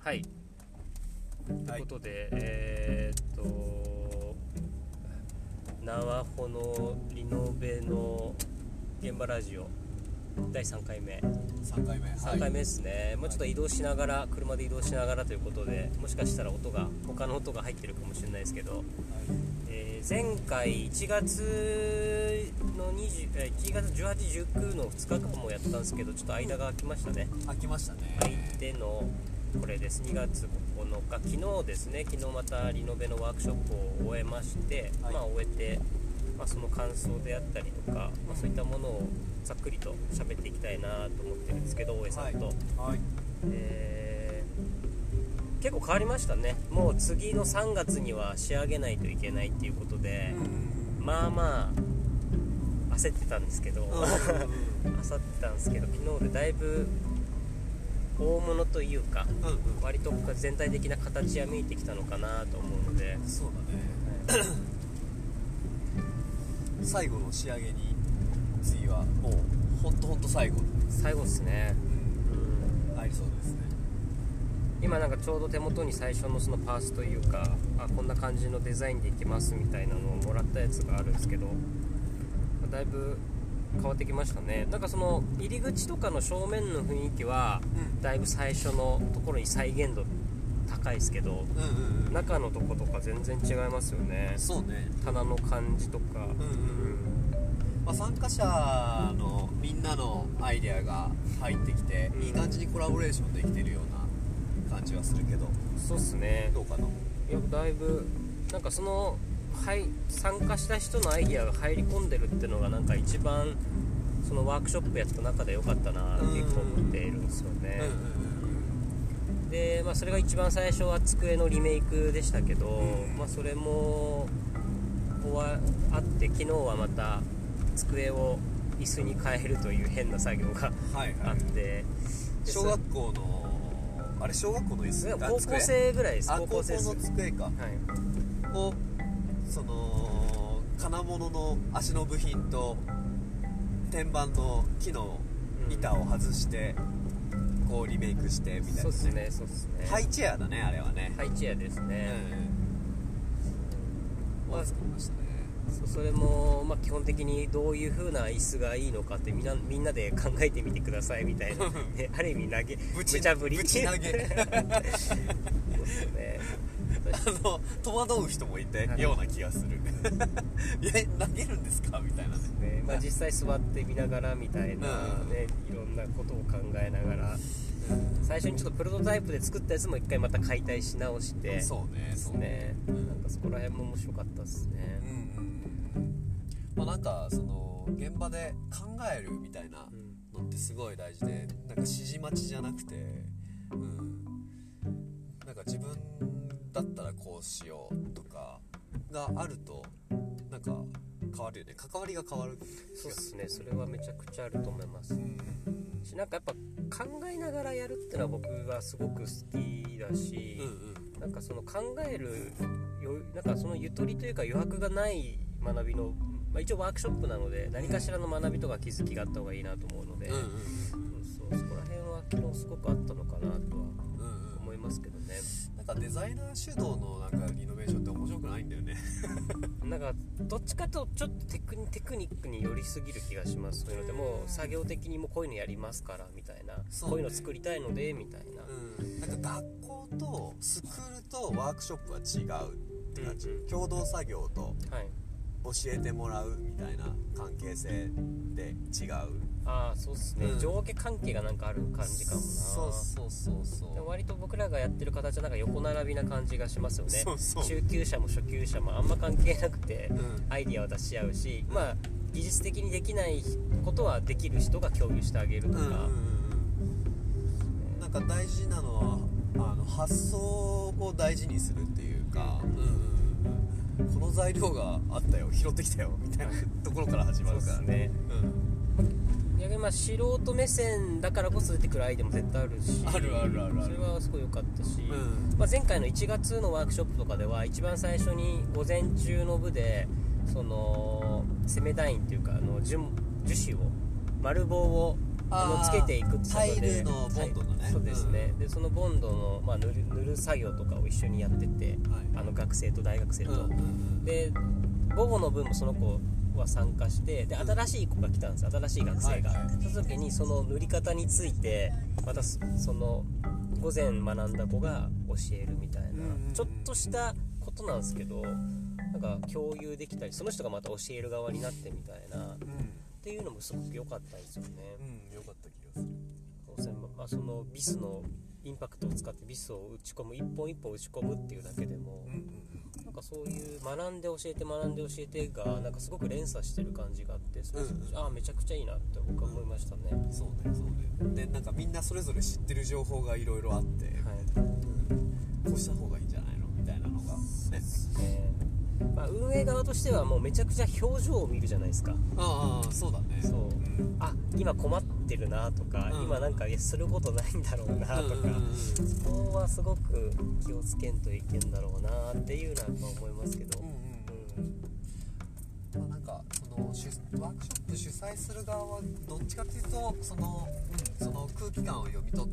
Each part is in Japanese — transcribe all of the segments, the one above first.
はい、ということで、縄穂のリノベの現場ラジオ第3回目3回目ですね、もうちょっと移動しながら、車で移動しながらということで、もしかしたら他の音が入ってるかもしれないですけど、前回1月の1月18、19の2日間もやったんですけど、ちょっと間が空きましたね。 空いてのこれです。2月9日、昨日ですね。昨日またリノベのワークショップを終えまして、終えて、その感想であったりとか、そういったものをざっくりと喋っていきたいなと思ってるんですけど、大江さんと、結構変わりましたね。もう次の3月には仕上げないといけないっていうことで、焦ってたんですけど焦ってたんですけど、昨日でだいぶ大物というか、割と全体的な形は見えてきたのかなと思うので。 そうだね、最後の仕上げに次はもうほんと最後ですね、 入りそうですね。 今なんかちょうど手元に最初のそのパースというか、こんな感じのデザインでいきますみたいなのをもらったやつがあるんですけど、だいぶ変わってきましたね。なんかその入り口とかの正面の雰囲気はだいぶ最初のところに再現度高いですけど、中のとことか全然違いますよね。 そうね、 棚の感じとか、 参加者のみんなのアイデアが入ってきて、いい感じにコラボレーションできてるような感じはするけど。 そうっすね。 どうかな。 だいぶなんかその参加した人のアイデアが入り込んでるっていうのがなんか一番そのワークショップやった中で良かったなっていうふうに思っているんですよね。で、それが一番最初は机のリメイクでしたけど、それもあって、昨日はまた机を椅子に変えるという変な作業があって、 小学校の椅子、 高校生ぐらいです。 高校の机か、をその金物の足の部品と天板の木の板を外して、こうリメイクしてみたいな、 そうっすね。 ハイチェアだね、あれはね。 ハイチェアですね。 作りましたね。 それも、基本的にどういう風な椅子がいいのかってみんなで考えてみてくださいみたいな、ある意味無茶ぶりぶち投げそうですね。 戸惑う人もいてような気がするいや投げるんですかみたいなね。 実際座ってみながらみたいなね、いろんなことを考えながら、最初にちょっとプロトタイプで作ったやつも一回また解体し直して、 そうね、 なんかそこら辺も面白かったですね。 なんかその現場で考えるみたいなのってすごい大事で、なんか指示待ちじゃなくて、なんか自分だったらこうしようとかがあると、なんか変わるよね。関わりが変わる。 そうですね。それはめちゃくちゃあると思います。なんかやっぱ考えながらやるってのは僕がすごく好きだし、なんかその考えるなんかそのゆとりというか余白がない学びの、一応ワークショップなので何かしらの学びとか気づきがあった方がいいなと思うので、そこら辺は昨日すごくあったのかなとは思いますけどね。 なんかデザイナー主導のなんかリノベーションって面白くないんだよねなんかどっちかとちょっとテクニックに寄りすぎる気がします。そういうのでもう作業的にもこういうのやりますからみたいな、こういうの作りたいのでみたいな、 なんか学校とスクールとワークショップは違うって感じ、共同作業と教えてもらうみたいな関係性で違う。 そうっすね、上下関係がなんかある感じかもな。 そうでも割と僕らがやってる形はなんか横並びな感じがしますよね。中級者も初級者もあんま関係なくて、アイディアを出し合うし、技術的にできないことはできる人が共有してあげるとか、 なんか大事なのは発想を大事にするっていうか、この材料があったよ、拾ってきたよみたいなところから始まるからね。 逆に素人目線だからこそ出てくるアイデアも絶対あるし、 あるそれはすごい良かったし、前回の1月のワークショップとかでは一番最初に午前中の部でそのセメダインっていうか樹脂を丸棒をつけていくってことでタイルのボンドのね、 そうですね、でそのボンドの、塗る作業とかを一緒にやってて、学生と大学生と、で午後の分もその子は参加して、で新しい子が来たんです、新しい学生が、その時にその塗り方についてまたその午前学んだ子が教えるみたいな、ちょっとしたことなんですけど、なんか共有できたり、その人がまた教える側になってみたいな、っていうのもすごく良かったですよね。 良かった気がする。 そのビスのインパクトを使ってビスを打ち込む、一本一本打ち込むっていうだけでも、なんかそういう学んで教えてがなんかすごく連鎖してる感じがあって、それめちゃくちゃいいなって僕は思いましたね。 そうね。でなんかみんなそれぞれ知ってる情報がいろいろあって、こうした方がいいんじゃないのみたいなのがね。 運営側としてはもうめちゃくちゃ表情を見るじゃないですか。 そうだね。 そう、今困ってるなとか、今なんかすることないんだろうなとか、そこはすごく気をつけんといけんだろうなっていうのは思いますけど、 なんかそのワークショップ主催する側はどっちかっていうとその空気感を読み取って、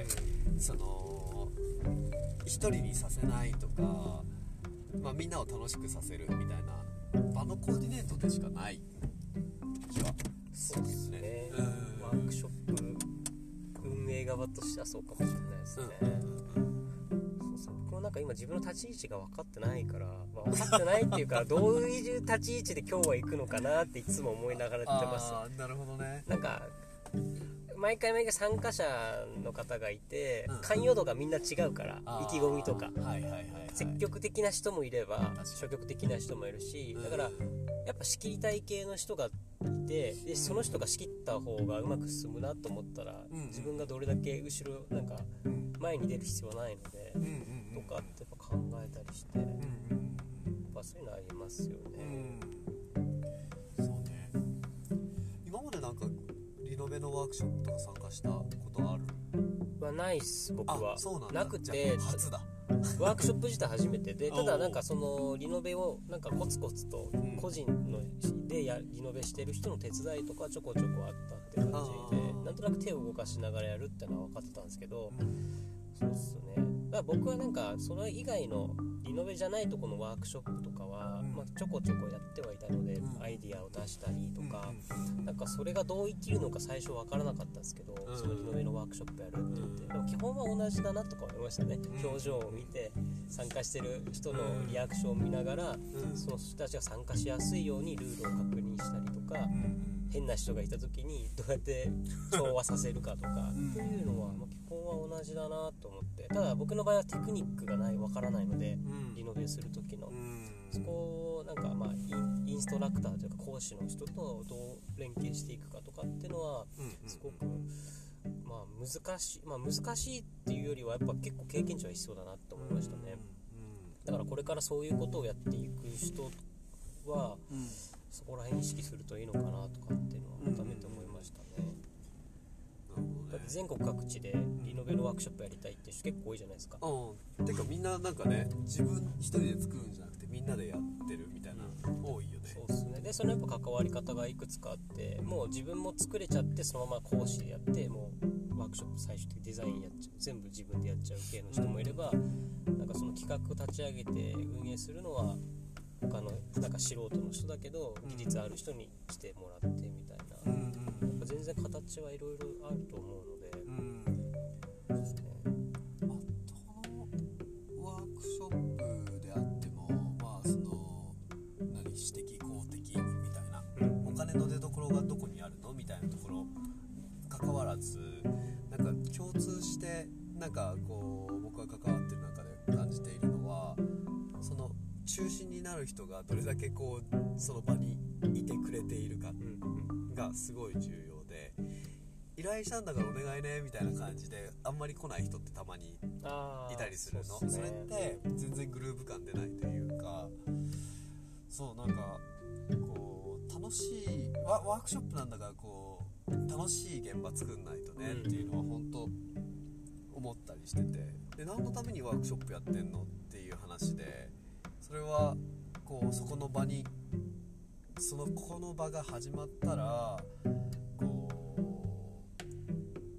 その一人にさせないとか、みんなを楽しくさせるみたいな場のコーディネートでしかない気はするんですね。 ワークショップ運営側としてはそうかもしれないですね。僕もなんか今自分の立ち位置が分かってないから、分かってないっていうかどういう立ち位置で今日は行くのかなっていつも思いながらやってます。 なるほどね。 なんか毎回参加者の方がいて、関与度がみんな違うから、意気込みとか、積極的な人もいれば消極的な人もいるし、だからやっぱ仕切りたい系の人がいて、でその人が仕切った方がうまく進むなと思ったら、自分がどれだけ後ろなんか前に出る必要はないので、とかってやっぱ考えたりして、やっぱそういうのありますよね。 そうね。今までなんかリノベのワークショップとか参加したことある？ ないっす、僕は。 そうなんだ。 なくて、 初だ。 ワークショップ自体初めてで、ただなんかそのリノベをなんかコツコツと個人のでリノベしてる人の手伝いとかちょこちょこあったって感じで、なんとなく手を動かしながらやるってのは分かってたんですけど、そうっすね。だから僕はなんかそれ以外のリノベじゃないとこのワークショップとかは、ちょこちょこやってはいたので、アイディアを出したりとか、なんかそれがどう生きるのか最初分からなかったんですけど、そのリノベのワークショップやるって言って、でも基本は同じだなとか思いましたね。表情を見て参加してる人のリアクションを見ながら、その人たちが参加しやすいようにルールを確認したりとか、変な人がいた時にどうやって調和させるかとかっていうのは、基本は同じだなと思って、ただ僕の場合はテクニックがわからないので、リノベする時のそこをなんかインストラクターというか講師の人とどう連携していくかとかっていうのはすごく難しいっていうよりはやっぱ結構経験値は必要だなと思いましたね。だからこれからそういうことをやっていく人はそこら辺意識するといいのかなとかっていうのは改めて思いましたね。だって全国各地でリノベのワークショップやりたいって人結構多いじゃないですか。 てかみんななんかね、自分一人で作るんじゃなくてみんなでやってるみたいな、多いよね。 そうですね。でそのやっぱ関わり方がいくつかあって、もう自分も作れちゃってそのまま講師でやって、もうワークショップ最終的にデザインやっちゃう、全部自分でやっちゃう系の人もいれば、なんかその企画立ち上げて運営するのは他のなんか素人の人だけど技術ある人に来てもらってみたいな、やっぱ全然形はいろいろあると思うので、ですね。 どのワークショップであっても、その私的公的みたいな、お金の出所がどこにあるのみたいなところ関わらず、なんか共通してなんかこう僕が関わってる中で感じているのは、その中心になる人がどれだけこうその場にいてくれているかがすごい重要で、依頼したんだからお願いねみたいな感じであんまり来ない人ってたまにいたりするの。それって全然グルーヴ感出ないというか、そうなんかこう楽しいワークショップなんだからこう楽しい現場作んないとねっていうのは本当思ったりしてて、で何のためにワークショップやってんのっていう話で、それはこうそこの場にこの場が始まったらこう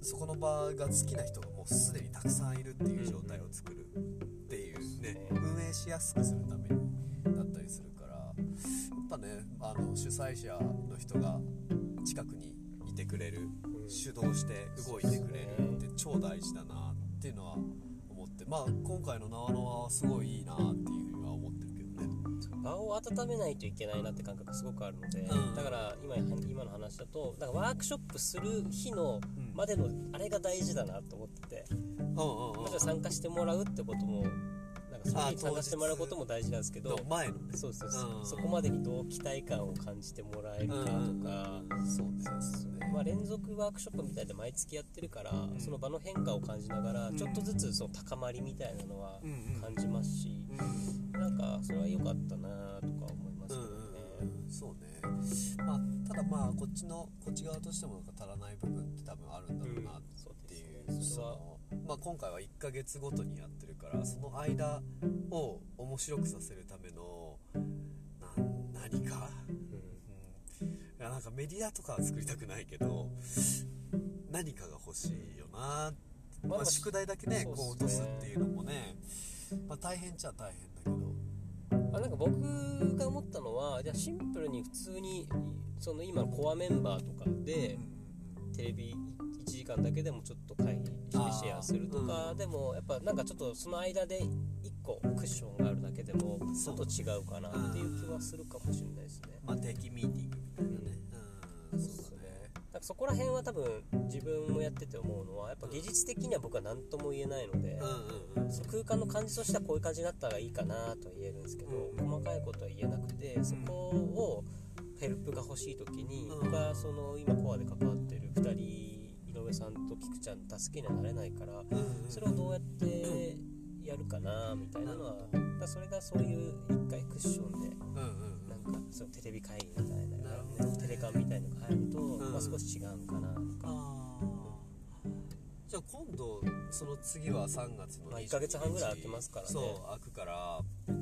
そこの場が好きな人がもうすでにたくさんいるっていう状態を作るっていうね、運営しやすくするためにだったりするから、やっぱね主催者の人が近くにいてくれる、主導して動いてくれるって超大事だなっていうのは思って、まあ今回の縄のはすごいいいなっていうふうには思ってるけどね。 場を温めないといけないなって感覚がすごくあるので、だから今の話だとだからワークショップする日のまでのあれが大事だなと思ってて、もちろん参加してもらうってこともなんかその日に参加してもらうことも大事なんですけど、 前のね、 そうそこまでにどう期待感を感じてもらえるかとか、 そうですね。 まあ、連続ワークショップみたいで毎月やってるから、その場の変化を感じながらちょっとずつその高まりみたいなのは感じますし、なんかそれは良かったなとか思いますけどね。 そうね。まあただまあこっち側としてもなんか足らない部分って多分あるんだろうなっていう、まあ今回は1ヶ月ごとにやってるから、その間を面白くさせるための何か、いやなんかメディアとかは作りたくないけど何かが欲しいよな。まあ、宿題だけねこう落とすっていうのもね、まあ、大変っちゃ大変だけど、 なんか僕が思ったのは、じゃあシンプルに普通にその今のコアメンバーとかでテレビ1時間だけでもちょっと会議してシェアするとかでも、やっぱなんかちょっとその間で1個クッションがあるだけでもちょっと違うかなっていう気はするかもしれないですね。 まあ定期ミーティングみたいなね、 そうだね。なんかそこら辺は多分自分もやってて思うのは、やっぱ技術的には僕は何とも言えないので、その空間の感じとしてはこういう感じになったらいいかなとは言えるんですけど、細かいことは言えなくて、そこをヘルプが欲しい時に、僕はその今コアで関わってる2人、井上さんと菊ちゃんの助けにはなれないから、それをどうやってやるかなみたいなのは、だそれがそういう1回クッションで、なんかそのテレビ会議みたいな、テレカンみたいなのが入ると、まあ、少し違うかなとか。 じゃあ今度その次は3月の 1ヶ月半ぐらい空きますからね。 そう空くから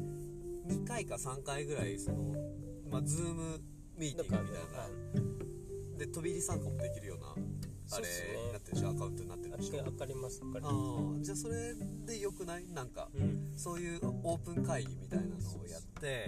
2回か3回ぐらいその、まあ、ズームミーティングみたいなで飛び入り参加もできるようなあれになってるでしょ、アカウントになってるでしょ。 分かります分かりまます。 じゃあそれでよくない？なんか、そういうオープン会議みたいなのをやって、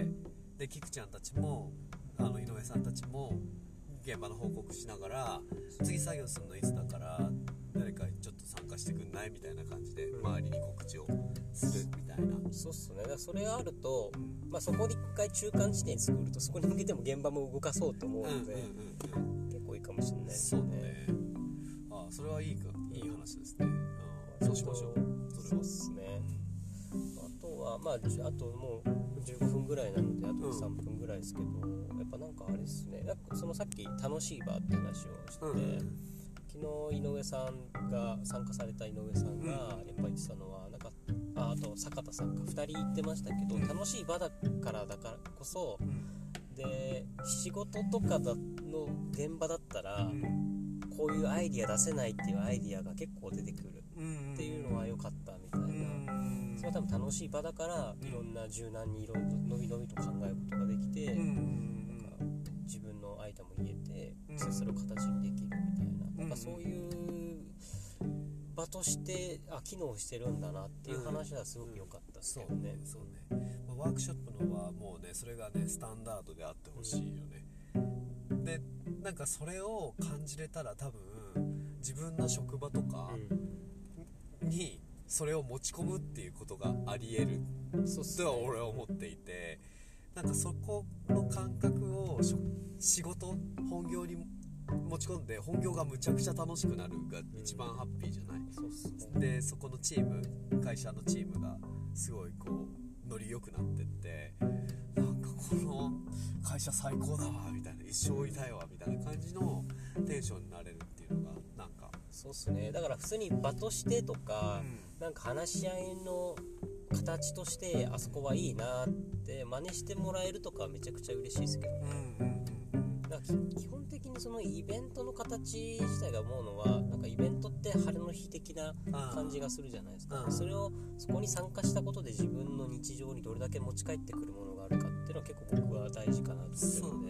でキクちゃんたちも井上さんたちも現場の報告しながら、次作業するのいつだから誰かちょっと参加してくんないみたいな感じで周りに告知をするみたいな。 そうっすね。だからそれがあると、まあ、そこで一回中間地点作ると、そこに向けても現場も動かそうと思うので、結構いいかもしれないですね。 そうね。ああそれはいい話ですね。そうしましょう。 そうですね。あとはまああともう15分ぐらいなので、あと3分ぐらいですけど、やっぱなんかあれですね。そのさっき楽しい場って話をしてて、昨日井上さんが参加された井上さんがやっぱ言ってたのは、なんかあと坂田さんか2人言ってましたけど、楽しい場だからこそ、で仕事とかの現場だったら、こういうアイディア出せないっていうアイディアが結構出てくるっていうのは良かったみたいな。それは多分楽しい場だから、いろんな柔軟にいろいろ伸び伸びと考えることができて、なんか自分のアイデアも言えて、それを形にできるみたいな、なんかそういう場として機能してるんだなっていう話はすごく良かったですけどね。 そうね、ワークショップのはもうね、それがねスタンダードであってほしいよね。でなんかそれを感じれたら、多分自分の職場とかにそれを持ち込むっていうことがあり得るとは俺は思っていて、なんかそこの感覚を仕事本業に持ち込んで、本業がむちゃくちゃ楽しくなるが一番ハッピーじゃない？ そうっすね。 でそこのチーム、会社のチームがすごいこうノリ良くなってって、なんかこの会社最高だわみたいな、一生いたいわみたいな感じのテンションになれるっていうのがなんかそうっすね。だから普通に場としてとか、なんか話し合いの形としてあそこはいいなって真似してもらえるとかはめちゃくちゃ嬉しいですけどね。だから基本的にそのイベントの形自体が思うのは、なんかイベントって晴れの日的な感じがするじゃないですか。そこに参加したことで自分の日常にどれだけ持ち帰ってくるものがあるかっていうのは結構僕は大事かなと思ってるので、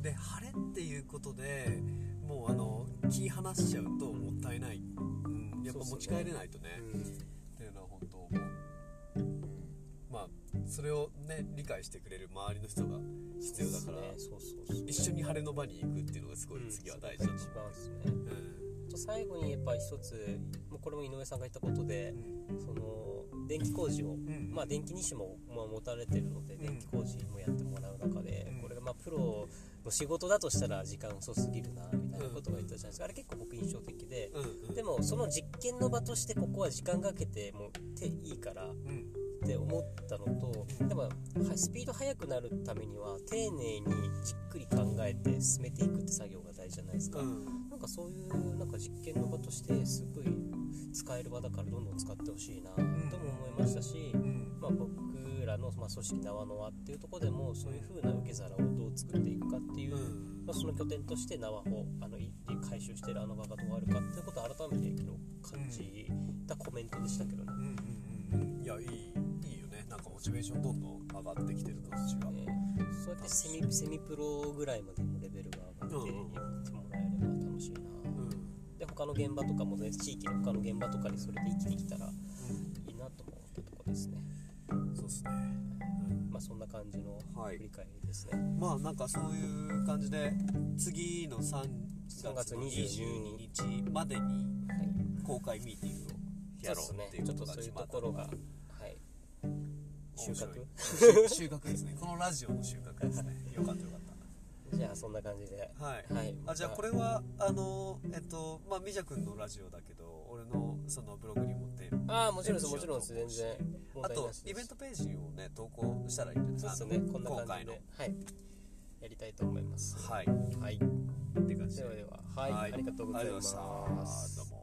で晴れっていうことでもう気離しちゃうともったいない、やっぱ持ち帰れないとね、っていうのは本当思う、まあそれをね理解してくれる周りの人が必要だから、一緒に晴れの場に行くっていうのがすごい次は大事だと思う。 一番ですね、最後にやっぱり一つ、もうこれも井上さんが言ったことで、その電気工事を、まあ電気2種も持たれてるので、電気工事もやってもらう中で、これがまあプロの仕事だとしたら時間遅すぎるなみたいなことが言ったじゃないですか。あれ結構僕印象的で、でもその実験の場としてここは時間かけてもいいからって思ったのと、でもスピード速くなるためには丁寧にじっくり考えて進めていくって作業が大事じゃないですか。なんかそういうなんか実験の場としてすごい使える場だからどんどん使ってほしいなとも思いましたし、まあ、僕らの、まあ、組織縄の輪っていうところでもそういう風な受け皿をどう作っていくかっていう、まあ、その拠点として縄を回収しているあの場がどうあるかっていうことを改めて昨日感じたコメントでしたけどね。 いやいいよね。なんかモチベーションどんどん上がってきてる感じが、 そうやってセミプロぐらいまでのレベルが上がっていってもらえれば楽しいな、で他の現場とかもね、地域の他の現場とかにそれで生きてきたらいいなと思ったところですね。 そうですね、 まあそんな感じの振り返りですね、 まあなんかそういう感じで次の3月22日までに公開ミーティングをやろうっていうことが決まったのが、収穫ですね。このラジオの収穫ですね。よかったよかった。 じゃあそんな感じで、 じゃあこれはまあみじゃくんのラジオだけど俺のそのブログにも出る。 もちろんですもちろんです、全然問題なしです。 あとイベントページをね投稿したらいいんじゃないですか。 そうですね、こんな感じでやりたいと思います。 って感じで。 ではありがとうございます。 どうも。